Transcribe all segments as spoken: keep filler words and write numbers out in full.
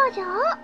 場。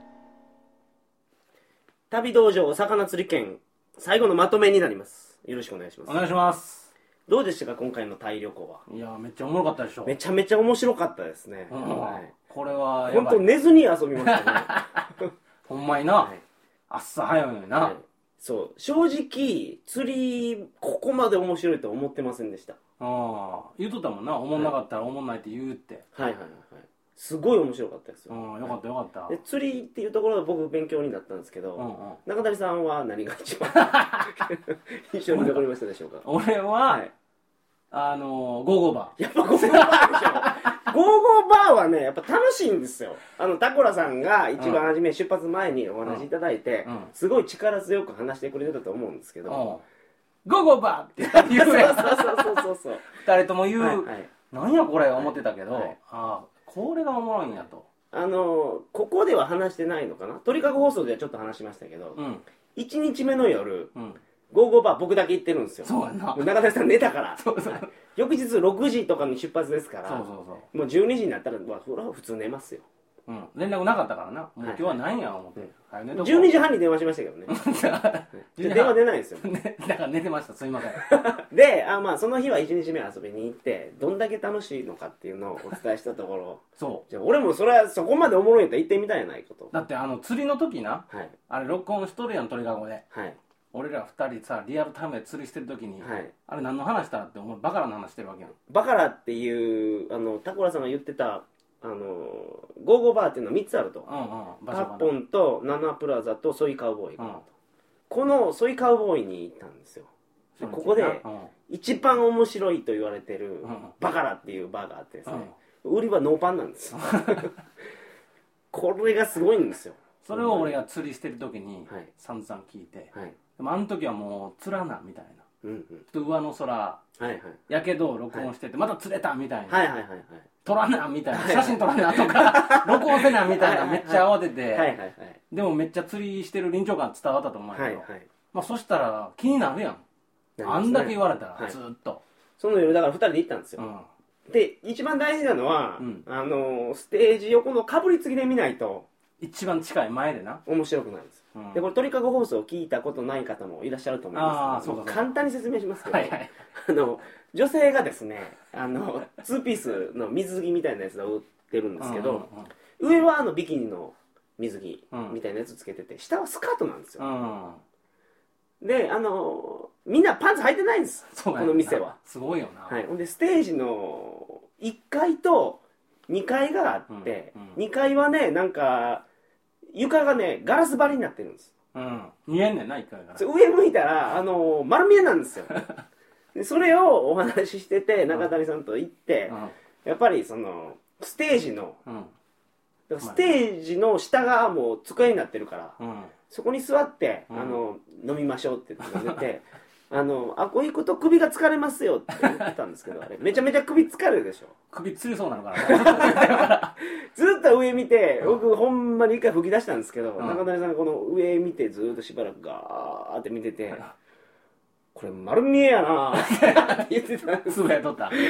旅道場お魚釣り券最後のまとめになります。よろしくお願いします。 お願いします。 どうでしたか今回のタイ旅行は。 いやめっちゃおもろかったでしょ。 めちゃめちゃ面白かったですね、 うんはい、 これはや本ばい。 当寝ずに遊びましたねほんまにな、はい、朝早いのにな、はい、 そう正直釣りここまで面白いとは思ってませんでした。 ああ言うとったもんな、おもんなかったらおもんないって言うって、 はい、はいはいはいすごい面白かったですよ。 うん、よかったよかった。 で釣りっていうところで僕勉強になったんですけど、うんうん、中谷さんは何が一番印象に残りましたでしょうか。 俺は、はい、あのー、ゴーゴーバー。 やっぱゴーゴーバーでしょ。ゴーゴーバーはねやっぱ楽しいんですよ。あのタコラさんが一番初め出発前にお話いただいて、うんうん、すごい力強く話してくれてたと思うんですけど、うん、 ゴーゴーバーって言うね。 そうそうそうそうそう二人とも言う、はいはい、なんやこれ思ってたけど、はいはい、ああこれがおもろいんやと。 あのここでは話してないのかな、鳥かご放送ではちょっと話しましたけど、うん、いちにちめの夜、うん、ゴーゴーバー僕だけ行ってるんですよ。 そうやな、 中谷さん寝たからそうそう、はい、 翌日ろくじとかに出発ですから、 そうそうそう、 もうじゅうにじになったら、まあ、それは普通寝ますよ。 うん、連絡なかったからな、もう今日は何や思って、はいはい、 じゅうにじはんに電話しましたけどね電話出ないですよ、 ね、だから寝てました、すいませんであ、まあ、その日はいちにちめ遊びに行ってどんだけ楽しいのかっていうのをお伝えしたところそうじゃあ俺もそれはそこまでおもろいんやったら行ってみたいやないかと。 だってあの釣りの時な、 はい、 あれ録音しとるやん鳥かごで、 はい、 俺らふたりさリアルタイムで釣りしてる時に、はい、あれ何の話したってお前バカラの話してるわけやん。 バカラっていうあのタコラさんが言ってたあのゴーゴーバーっていうのはみっつあると、うんうん、パッポンとナナプラザとソイカウボーイがあると、うん、このソイカウボーイに行ったんですよ。でここで、うん、一番面白いと言われてる、うん、バカラっていうバーがあってですね、うん、売りはノーパンなんですよこれがすごいんですよ。 それを俺が釣りしてる時に散々聞いて、はい、でもあの時はもう釣らなみたいな、うんうん、ちょっと上の空、はいはい、やけど録音してて、はい、また釣れたみたいな、はいはいはいはい、撮らなみたいな、写真撮らなとか録音せなみたいなめっちゃ慌てて、はいはいはい、でもめっちゃ釣りしてる臨場感伝わったと思うんやけど、はいはい、まあ、そしたら気になるやん、ね、あんだけ言われたら、はい、ずっとその夜だからふたりで行ったんですよ、うん、で一番大事なのは、うん、あのステージ横のかぶりつきで見ないと一番近い前でな面白くないんです、うん、でこれ鳥かご放送を聞いたことない方もいらっしゃると思いますけど、簡単に説明しますけど、はいはい、あの女性がですねあのツーピースの水着みたいなやつを売ってるんですけど、うんうんうん、上はあのビキニの水着みたいなやつつけてて、下はスカートなんですよ、うん、であのみんなパンツ履いてないんです、この店は。 すごいよな、 はい、でステージのいっかいとにかいがあって、うんうん、にかいはねなんか床がねガラス張りになってるんです、 うん、見えんねんな、いっかいから上向いたらあの丸見えなんですよでそれをお話ししてて中谷さんと行って、うん、やっぱりそのステージの、うん、ステージの下がもう机になってるから、うん、そこに座って、うん、あの飲みましょうって言っててあのあこう行くと首が疲れますよって言ってたんですけどあれめちゃめちゃ首疲れるでしょ。 首つりそうなのかなずっと上見て、僕ほんまに一回吹き出したんですけど、うん、中谷さんがこの上見てずっとしばらくガーって見てて、これ丸見えやなって言ってたんです。 すぐやっとったい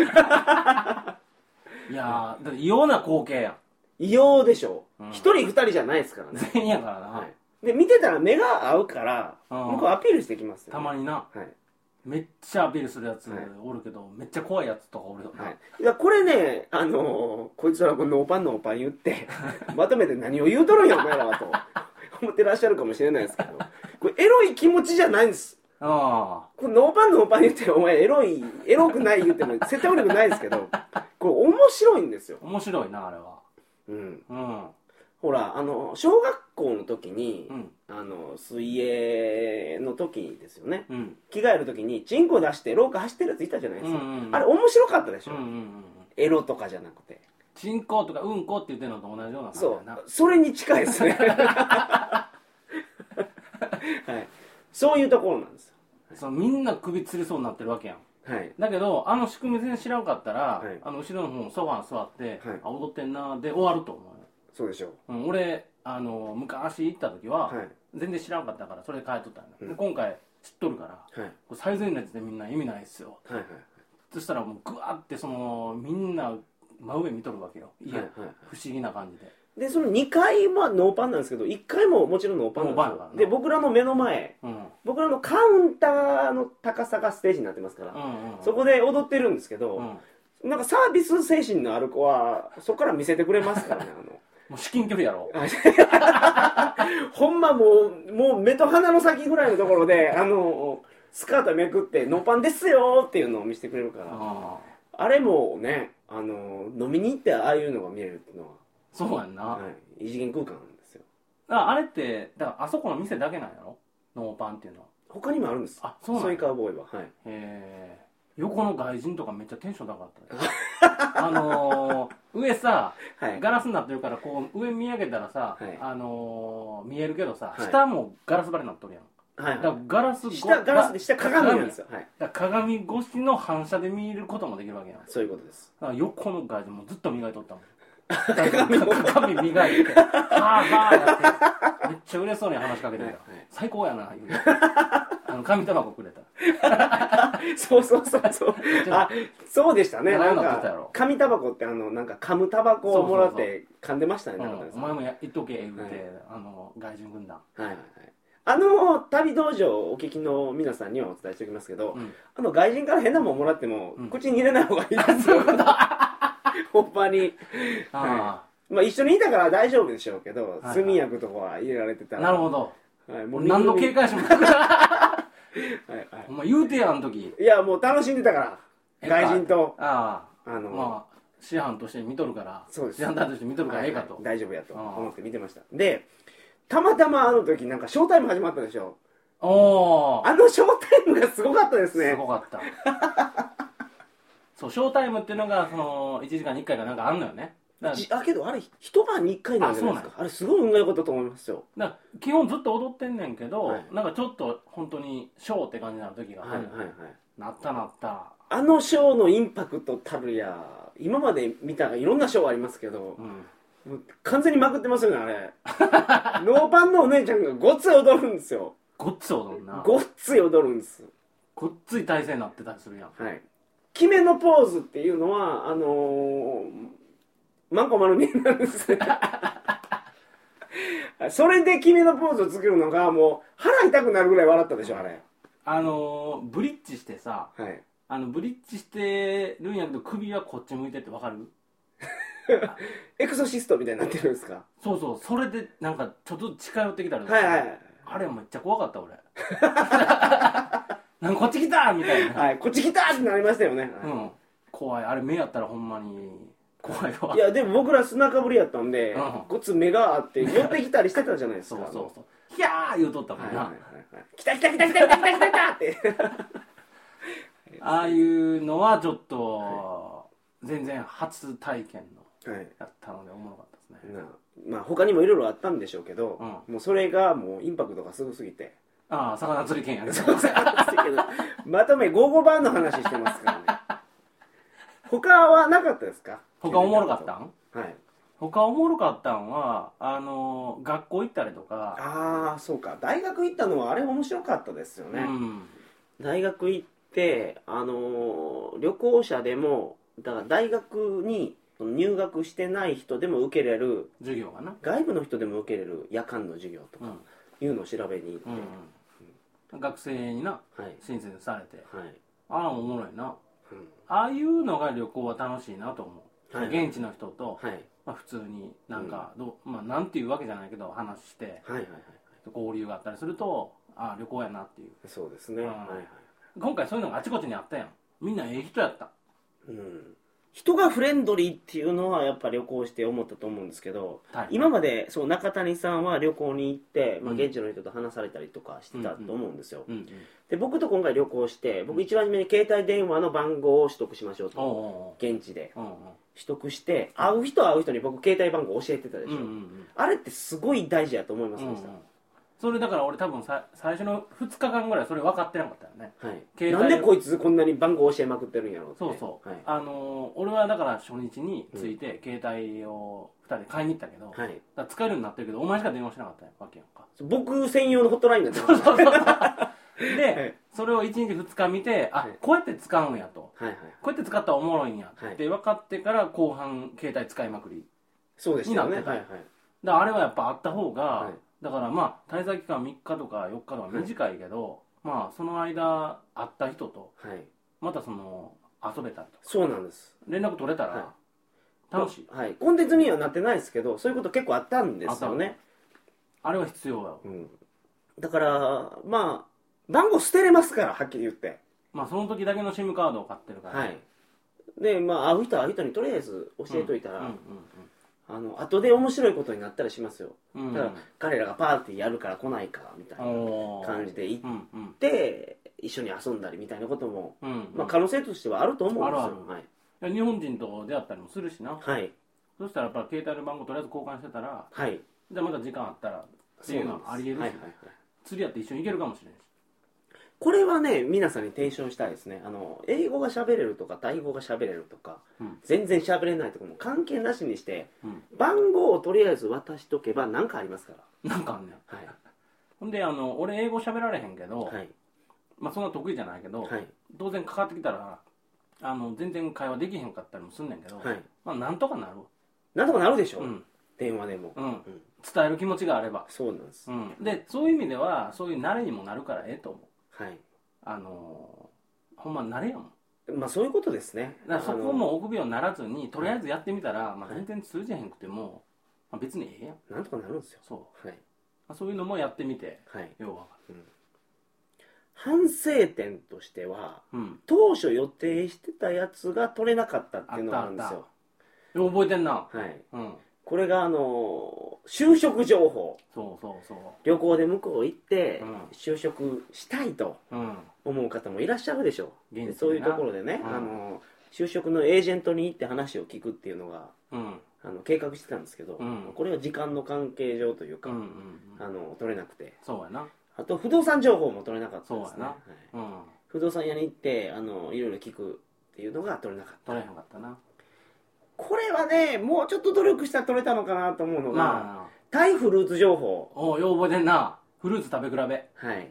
やーだって異様な光景やん。 異様でしょ、うん、一人二人じゃないですからね、 全員やからな、はい、 で見てたら目が合うから向こうアピールしてきますよ、ね、 たまにな、はい、めっちゃアピールするやつおるけど、はい、めっちゃ怖いやつとかおるよな、 はい、いやこれねあのー、こいつらこのノーパンノーパン言ってまとめて何を言うとるんやお前らはと思ってらっしゃるかもしれないですけどこれエロい気持ちじゃないんです。あこれノーパンノーパン言ってお前エロいエロくない言っても説得力ないですけどこれ面白いんですよ。 面白いなあれは。 うん、うん、ほらあの小学校の時に、うん、あの水泳の時にですよね、うん、着替える時にチンコ出して廊下走ってるやついたじゃないですか、うんうんうん、あれ面白かったでしょ、うんうんうん、エロとかじゃなくてチンコとかうんこって言ってるのと同じような感じだな。そうそれに近いですねはい、そういうところなんですよ。 そのみんな首つりそうになってるわけやん、はい、だけどあの仕組み全然知らんかったら、はい、あの後ろの方のソファーに座って、はい、あ踊ってんなで終わると思う。 そうでしょう、 うん、俺あの昔行った時は、はい、全然知らんかったからそれで帰っとったんだ、うん、今回知っとるから、はい、最前列でみんな意味ないっすよ、はいはい、そしたらもうグワってそのみんな真上見とるわけよ、いや、はいはいはい、不思議な感じででそのにかいはノーパンなんですけどいっかいももちろんノーパンなんですよ。で僕らの目の前、うん、僕らのカウンターの高さがステージになってますから、うんうんうん、そこで踊ってるんですけど、うん、なんかサービス精神のある子はそこから見せてくれますからね。あのもう至近距離やろほんまもうもう目と鼻の先ぐらいのところであのスカートめくってノーパンですよっていうのを見せてくれるから、あ, あれもねあの飲みに行ってああいうのが見れるっていうのはそうやんな、 はい、異次元空間なんですよ。 だからあれってだからあそこの店だけなんやろノーパンっていうのは。 他にもあるんです。 あ、そうなんや。 ソイカーボーイは。はい。へえ。横の外人とかめっちゃテンション高かったあのー、上さ、はい、ガラスになってるからこう上見上げたらさ、はい、あのー、見えるけどさ、はい、下もガラス張りになっとるやん。はいはい、だからガラス下ガラスで下鏡なんですよ。はい、 だから鏡越しの反射で見ることもできるわけやん。 そういうことです。 だから横の外人もずっと磨いとったもん。鏡磨いて、はぁはぁやって、めっちゃ嬉しそうに話しかけてたよ。はいはい、最高やな、言うて。あの、紙タバコくれた。 そうそうそうそう。あ、そうでしたね。なんか、紙タバコってあの、なんか噛むタバコをもらって噛んでましたね。そうそうそう、 うん、お前もや言っとけ、言うて、はい、あの、外人軍団。 はいはいはい。あの旅道場をお聞きの皆さんにはお伝えしておきますけど、うん、あの外人から変なもんもらっても、うん、口に入れない方がいいですよ。ほんまに。あ、はい、まあ一緒にいたから大丈夫でしょうけど、はい、睡眠薬とかは入れられてたら。 なるほど。はい、もう何の警戒しもなくはいはい。お前言うてや、あの時。 いや、もう楽しんでたから。外人と。 ああ。あの、まあ、師範として見とるから。 そうです。 師範団として見とるからええかと、 はいはい。大丈夫やと思って見てました。で、たまたまあの時なんかショータイム始まったでしょ。おー。あのショータイムがすごかったですね。 すごかった。そう、ショータイムっていうのが、その、いちじかんにいっかいかなんかあんのよね。 だあけどあれ一晩にいっかいなんじゃないですか。 あ, あれすごい運が良かったと思いますよ。 だから基本ずっと踊ってんねんけど、はい、なんかちょっと本当にショーって感じになる時が、はいはいはい、なったなった。 あのショーのインパクトたるや、今まで見たいろんなショーありますけど、うん、もう完全にまくってますよねあれ。ノーパンのお姉ちゃんがごっつい踊るんですよ。 ごっつい踊るな。 ごっつい踊るんです。 ごっつい体勢になってたりするやん。 はい。決めのポーズっていうのはあのーマンコマルになんですそれで君のポーズを作るのがもう腹痛くなるぐらい笑ったでしょあれ。 あのー、ブリッジしてさ、はい、あのブリッジしてるんやけど首はこっち向いてってわかる？ エクソシストみたいになってるんですか？ そうそう、それでなんかちょっと近寄ってきたら、 はいはい、 あれめっちゃ怖かった俺。なんかこっち来たみたいな、 はい、こっち来たってなりましたよね、 うん、怖い。あれ目やったらほんまに怖いわ。 いやでも僕ら砂かぶりやったんで、うん、ごつ目があって寄ってきたりしてたじゃないですか。 そうそうそう、ヒャー言うとったもんな、はいはいはい、来た来た来た来た来た来た来た来たってああいうのはちょっと、はい、全然初体験のやったのでおもろかったですね、はい、 まあ他にもいろいろあったんでしょうけど、うん、もうそれがもうインパクトがすごすぎて。 ああ、魚釣り券やね。 そう魚釣り券まとめゴーゴーバーの話してますからね。他はなかったですか？ 他おもろかったん？ はい。 他おもろかったんはあのー、学校行ったりとか。 ああそうか、大学行ったのはあれ面白かったですよね、うん、大学行ってあのー、旅行者でもだから大学に入学してない人でも受けれる授業がな、 外部の人でも受けれる夜間の授業とかいうのを調べに行って、うんうん、学生にな、はい、親切されて、はい、ああおもろいな、うん、ああいうのが旅行は楽しいなと思う、はい、現地の人と、はい、まあ、普通になんかどう、うん、まあなんていうわけじゃないけど話して、はいはいはい、交流があったりするとああ旅行やなっていう。 そうですね、うん、はいはい、 今回そういうのがあちこちにあったやん。みんなええ人やった、 うん、人がフレンドリーっていうのはやっぱ旅行して思ったと思うんですけど、はい、今までそう中谷さんは旅行に行って、まあ、現地の人と話されたりとかしてたと思うんですよ、うんうんうんうん、で僕と今回旅行して僕一番初めに携帯電話の番号を取得しましょうと、うん、現地で、うんうん、取得して会う人会う人に僕携帯番号教えてたでしょ、うんうんうん、あれってすごい大事やと思いませんでした？うんうん、 それだから俺多分さ最初のふつかかんぐらいそれ分かってなかったよね、 はい、なんでこいつこんなに番号教えまくってるんやろって。 そうそう、はい、あのー、俺はだから初日に着いて携帯をふたりで買いに行ったけど、はい、だ使えるようになってるけどお前しか電話しなかったわけやんか。 僕専用のホットラインになってましたで、 はい、それをいちにちふつか見てあ、はい、こうやって使うんやと、はいはい、こうやって使ったらおもろいんやって分かってから後半携帯使いまくりそうでしたよね。 になってた、 はいはい、 だからあれはやっぱあった方が、はい、だからまあ滞在期間みっかとかよっかとか短いけど、はい、まあその間会った人と、はい、またその遊べたりとか、 そうなんです。 連絡取れたら、はい、楽しい、 はい、コンテンツにはなってないですけど、そういうこと結構あったんですよね。 あれは必要よ、 うん、だからまあ番号捨てれますから、はっきり言って。 まあその時だけの SIM カードを買ってるから、ね、はい。 でまあ会う人は会う人にとりあえず教えといたら、うんうんうんうん、あの後で面白いことになったりしますよ、うんうん、だから彼らがパーティーやるから来ないかみたいな感じで行って、うんうん、一緒に遊んだりみたいなことも、うんうん、まあ、可能性としてはあると思うんですよ。あるある、 はい、日本人と出会ったりもするしな、はい、そしたらやっぱ携帯の番号とりあえず交換してたら、はい、じゃあまた時間あったらっていうのはありえるし、はいはいはい、釣りやって一緒に行けるかもしれないし、 これはね皆さんに提唱したいですね。あの英語が喋れるとかタイ語が喋れるとか、うん、全然喋れないとかも関係なしにして、うん、番号をとりあえず渡しとけば何かありますから。 なんかあんねん、はい、ほんであの俺英語喋られへんけど、はい、まあそんな得意じゃないけど、はい、当然かかってきたらあの全然会話できへんかったりもすんねんけど、はい、まあなんとかなるなんとかなるでしょ、うん、電話でも、うんうん、 伝える気持ちがあれば。 そうなんです、 うん、でそういう意味ではそういう慣れにもなるからええと思う。はい、あのー、ほんま慣れやもん。 まあそういうことですね。 だからそこも臆病にならずにとりあえずやってみたら、はい、まあ、全然通じへんくても、まあ、別にええやん。 なんとかなるんですよ。 そう、はい、まあ、そういうのもやってみて、はい、ようわかる、うん、 反省点としては、うん、当初予定してたやつが取れなかったっていうのがあるんですよ。 あったあった、覚えてんな。 はい、うん、これがあの就職情報。 そうそうそう、 旅行で向こう行って、うん、就職したいと思う方もいらっしゃるでしょう、うん、そういうところでね、うん、あの就職のエージェントに行って話を聞くっていうのが、うん、あの計画してたんですけど、うん、これは時間の関係上というか、うんうんうん、あの取れなくて。 そうやな。 あと不動産情報も取れなかったですね。 そうやな、はい、 うん、不動産屋に行ってあのいろいろ聞くっていうのが取れなかった。 取れなかったな。 これはねもうちょっと努力したら取れたのかなと思うのが、まあ、タイフルーツ情報。 おお、よう覚えてんな。フルーツ食べ比べ。 はい、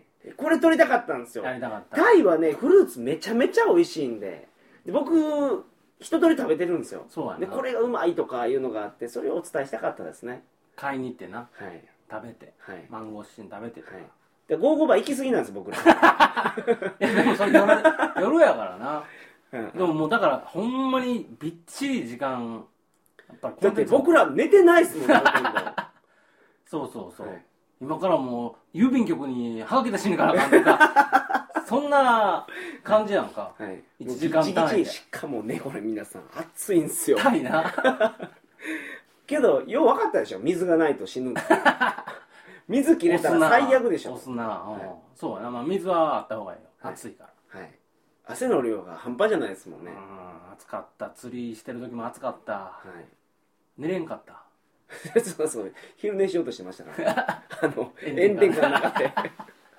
これ取りたかったんですよ。 やりたかった。 タイはねフルーツめちゃめちゃ美味しいんで、で僕一通り食べてるんですよ。 そうやな。 でこれがうまいとかいうのがあって、それをお伝えしたかったですね。 買いに行ってな、はい、食べて、はい、マンゴーシチン食べてとか、はい、 でゴーゴーバー行き過ぎなんです僕ら。いやでもそれ夜夜やからな。うん、でももうだからほんまにびっちり時間やっぱりだって僕ら寝てないっすもんね。 そうそうそう、はい、今からもう郵便局にはがき出しに行かなあかんとかそんな感じやんか、はい、いちじかん単位で。 しかもねこれ皆さん暑いんすよ。 たいな。 けどよう分かったでしょ、水がないと死ぬん水切れたら最悪でしょ。 押すな、はい、そうやな、まあ、水はあった方がいいよ、はい、暑いから、はい、 汗の量が半端じゃないですもんね。 うん、暑かった。釣りしてる時も暑かった、はい、寝れんかった。 そうそう、昼寝しようとしてましたからあの炎天下の中で。はい、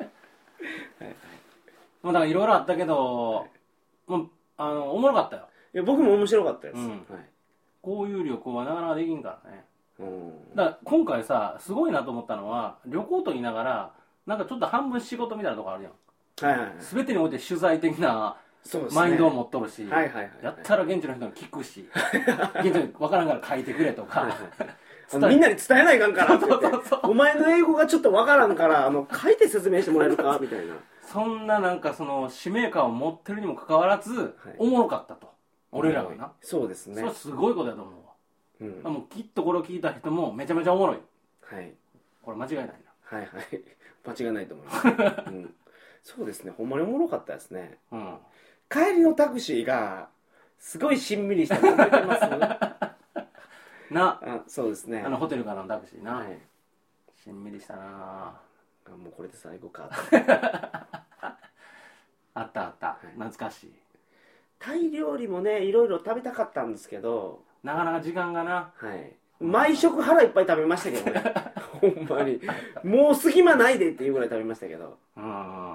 まあだからいろいろあったけど、はい、もうあのおもろかったよ。 いや僕も面白かったです、うん、はい、 こういう旅行はなかなかできんからね。うん、だから今回さすごいなと思ったのは、旅行と言いながらなんかちょっと半分仕事みたいなとこあるやん、はいはいはい、全てにおいて取材的なマインドを持っとるし、はいはいはいはい、やったら現地の人に聞くし現地に分からんから書いてくれとか、はいはい、 みんなに伝えないかんからって言ってそうそうそう、お前の英語がちょっと分からんからあの書いて説明してもらえるかみたいな。 そんななんかその使命感を持ってるにもかかわらず、はい、おもろかったと、俺らがな、 そうですね、 それはすごいことだと思うわ、うん、もうきっとこれを聞いた人もめちゃめちゃおもろい、はい、これ間違いないな。 はいはい間違いないと思います、うん、そうですね、ほんまにおもろかったですね、うん、帰りのタクシーがすごいしんみりしたの覚えてますなあ、そうですね、 あのホテルからのタクシーな、はい、しんみりしたなあ。 もうこれで最後かあったあった、はい、懐かしい。 タイ料理もねいろいろ食べたかったんですけどなかなか時間がな、 はい、毎食腹いっぱい食べましたけどねほんまにもう隙間ないでっていうぐらい食べましたけど、 うん、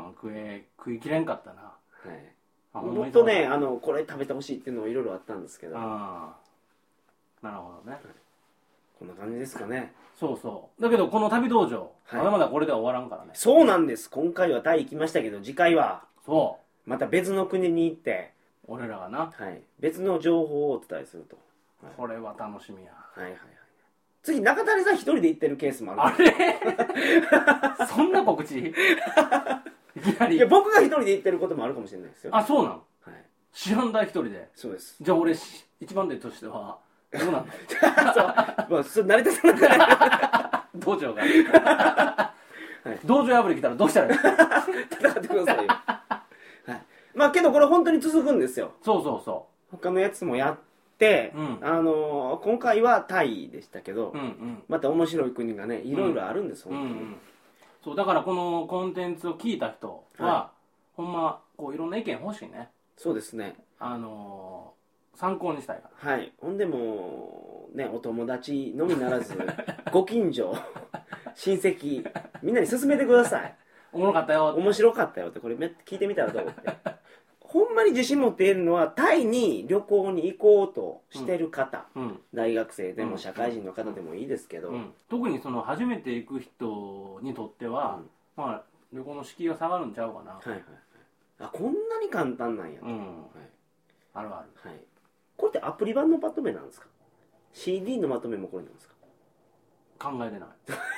食え食いきれんかったな、 はい、もっとねあのこれ食べてほしいっていうのもいろいろあったんですけど、 あなるほどね、はい、 こんな感じですかね。 そうそうだけどこの旅道場、はい、まだまだこれでは終わらんからね。 そうなんです、今回はタイ行きましたけど次回はそうまた別の国に行って俺らがな、 はい、別の情報をお伝えすると、 はい、これは楽しみや。 はいはいはい、 次中谷さん一人で行ってるケースもある。 あれそんな告知いきなり。 いや僕が一人で行ってることもあるかもしれないですよ。 あ、そうなの、はい、知らんだ一人で。 そうです。 じゃあ俺一番手としてはどうなんだそう、まあ、それ成り立たない道場が、はい、道場破り来たらどうしたらいい戦ってくださいよ、はい、まあけどこれ本当に続くんですよ。 そうそうそう、 他のやつもやって、うん、あのー、今回はタイでしたけど、うんうん、また面白い国がねいろいろあるんです、うん、本当に、うんうん、 そうだからこのコンテンツを聞いた人は、はい、ほんまこういろんな意見欲しいね。 そうですね、 あのー、参考にしたいから。 はい。ほんでもね、お友達のみならずご近所親戚みんなに勧めてください。 おもろかったよ、 面白かったよって、これ聞いてみたらどうってほんまに自信持っているのは、タイに旅行に行こうとしてる方、うん、大学生でも社会人の方でもいいですけど、うんうん、 特にその初めて行く人にとっては、うん、まあ旅行の敷居が下がるんちゃうかな。はいはいはい。 あ、こんなに簡単なんやと、うん、はい、 あるある、 はい。これってアプリ版のまとめなんですか？ シーディー のまとめもこれなんですか？ 考えてない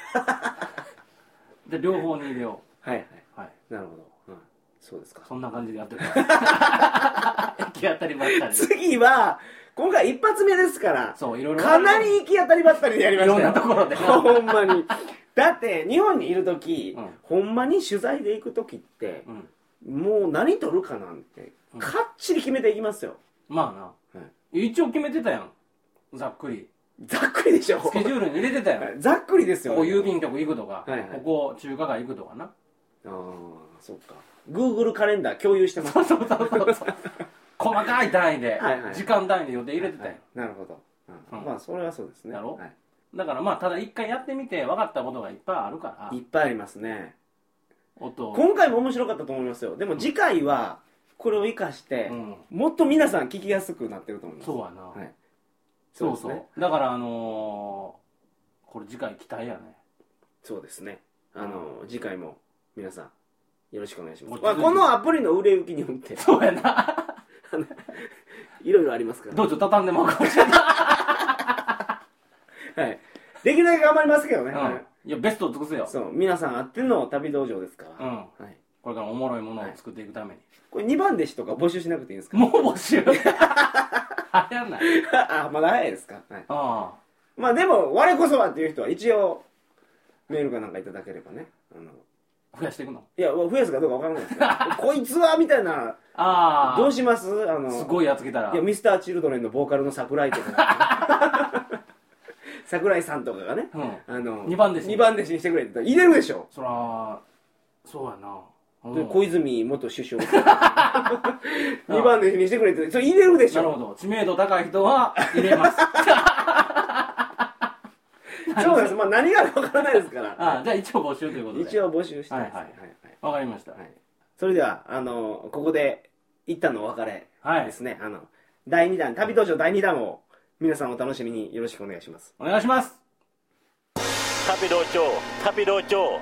で両方に入れよう。はいはいはい。なるほど。うん、そうですか。 そんな感じでやってる行き当たりばったり。 次は今回一発目ですから、 そういろいろかなり行き当たりばったりでやりましたよ。 いろんなところで。 ほんまに。だって日本にいるとき、うん、ほんまに取材で行くときって、うん、もう何撮るかなんて、うん、かっちり決めていきますよ。 まあな、はい、一応決めてたやん、ざっくり。 ざっくりでしょ。 スケジュールに入れてたやん。 ざっくりですよ、ね、 ここ郵便局行くとか、はいはい、ここ中華街行くとかな。ああ、そっか。Google カレンダー共有してます。 そうそうそうそう細かい単位で、はいはい、時間単位で予定入れてたやん、 はいはい、なるほど、うんうん、まあそれはそうですね。 だろ、 はい、 だからまあただ一回やってみて分かったことがいっぱいあるから。 いっぱいありますね。音今回も面白かったと思いますよ。でも次回はこれを生かして、うん、もっと皆さん聞きやすくなってると思います。 そうやな、 はい、 そうそう、ね、だからあのー、これ次回期待やね。 そうですね、あのー、次回も皆さんよろしくお願いします。まあ、このアプリの売れ行きによってそうやないろいろありますから、 どうぞ畳んでもらうかもしれないはい、できるだけ頑張りますけどね、うん、はい、 いやベストを尽くすよ。 そう、皆さんあっての旅道場ですから、うん、はい、 これからおもろいものを作っていくために、はい、 これにばん弟子とか募集しなくていいんですか？ もう募集早ないあ、まだ早いですか、はい、 ああ、 まあでも我こそはっていう人は一応メールかなんかいただければね、あの増やしていくの？ いや、増やすかどうかわからないですけどこいつはみたいな、 あどうします？あのすごいやつ来たら、 いやミスターチルドレンのボーカルの桜井とか桜井さんとかがね、うん、あのにばん弟子にばん弟子にしてくれって言ったら入れるでしょ。 そらそうやな、 うん、小泉元首相にばん弟子にしてくれってそれ入れるでしょ。 なるほど、知名度高い人は入れますそうです、まあ何があるかわからないですからああ、じゃあ一応募集ということで一応募集してます。 はいはいはい、わかりました、はい、 それではあのここで一旦のお別れですね、はい、あのだいにだん旅道場だいにだんを皆さんお楽しみによろしくお願いします。 お願いします。 旅道場旅道場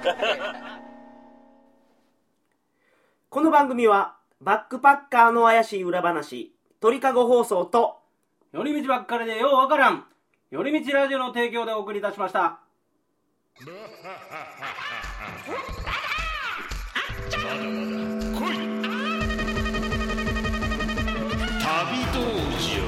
この番組はバックパッカーの怪しい裏話鳥かご放送と寄り道ばっかりでようわからん寄り道ラジオの提供でお送りいたしました。まだまだ来い旅道場。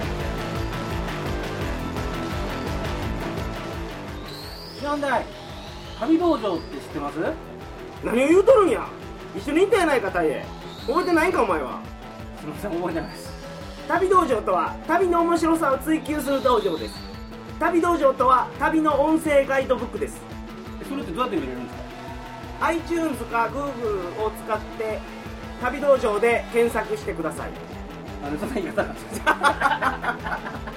知らんだい、旅道場って知ってます？ 何を言うとるんや。一緒に行ったやないか、タイへ。覚えてないんかお前は。 すみません、覚えてないです。 旅道場とは旅の面白さを追求する道場です。旅道場とは旅の音声ガイドブックです。 それってどうやって見れるんですか？ iTunes か Google を使って旅道場で検索してください。 なんでそんな言い方なんですか？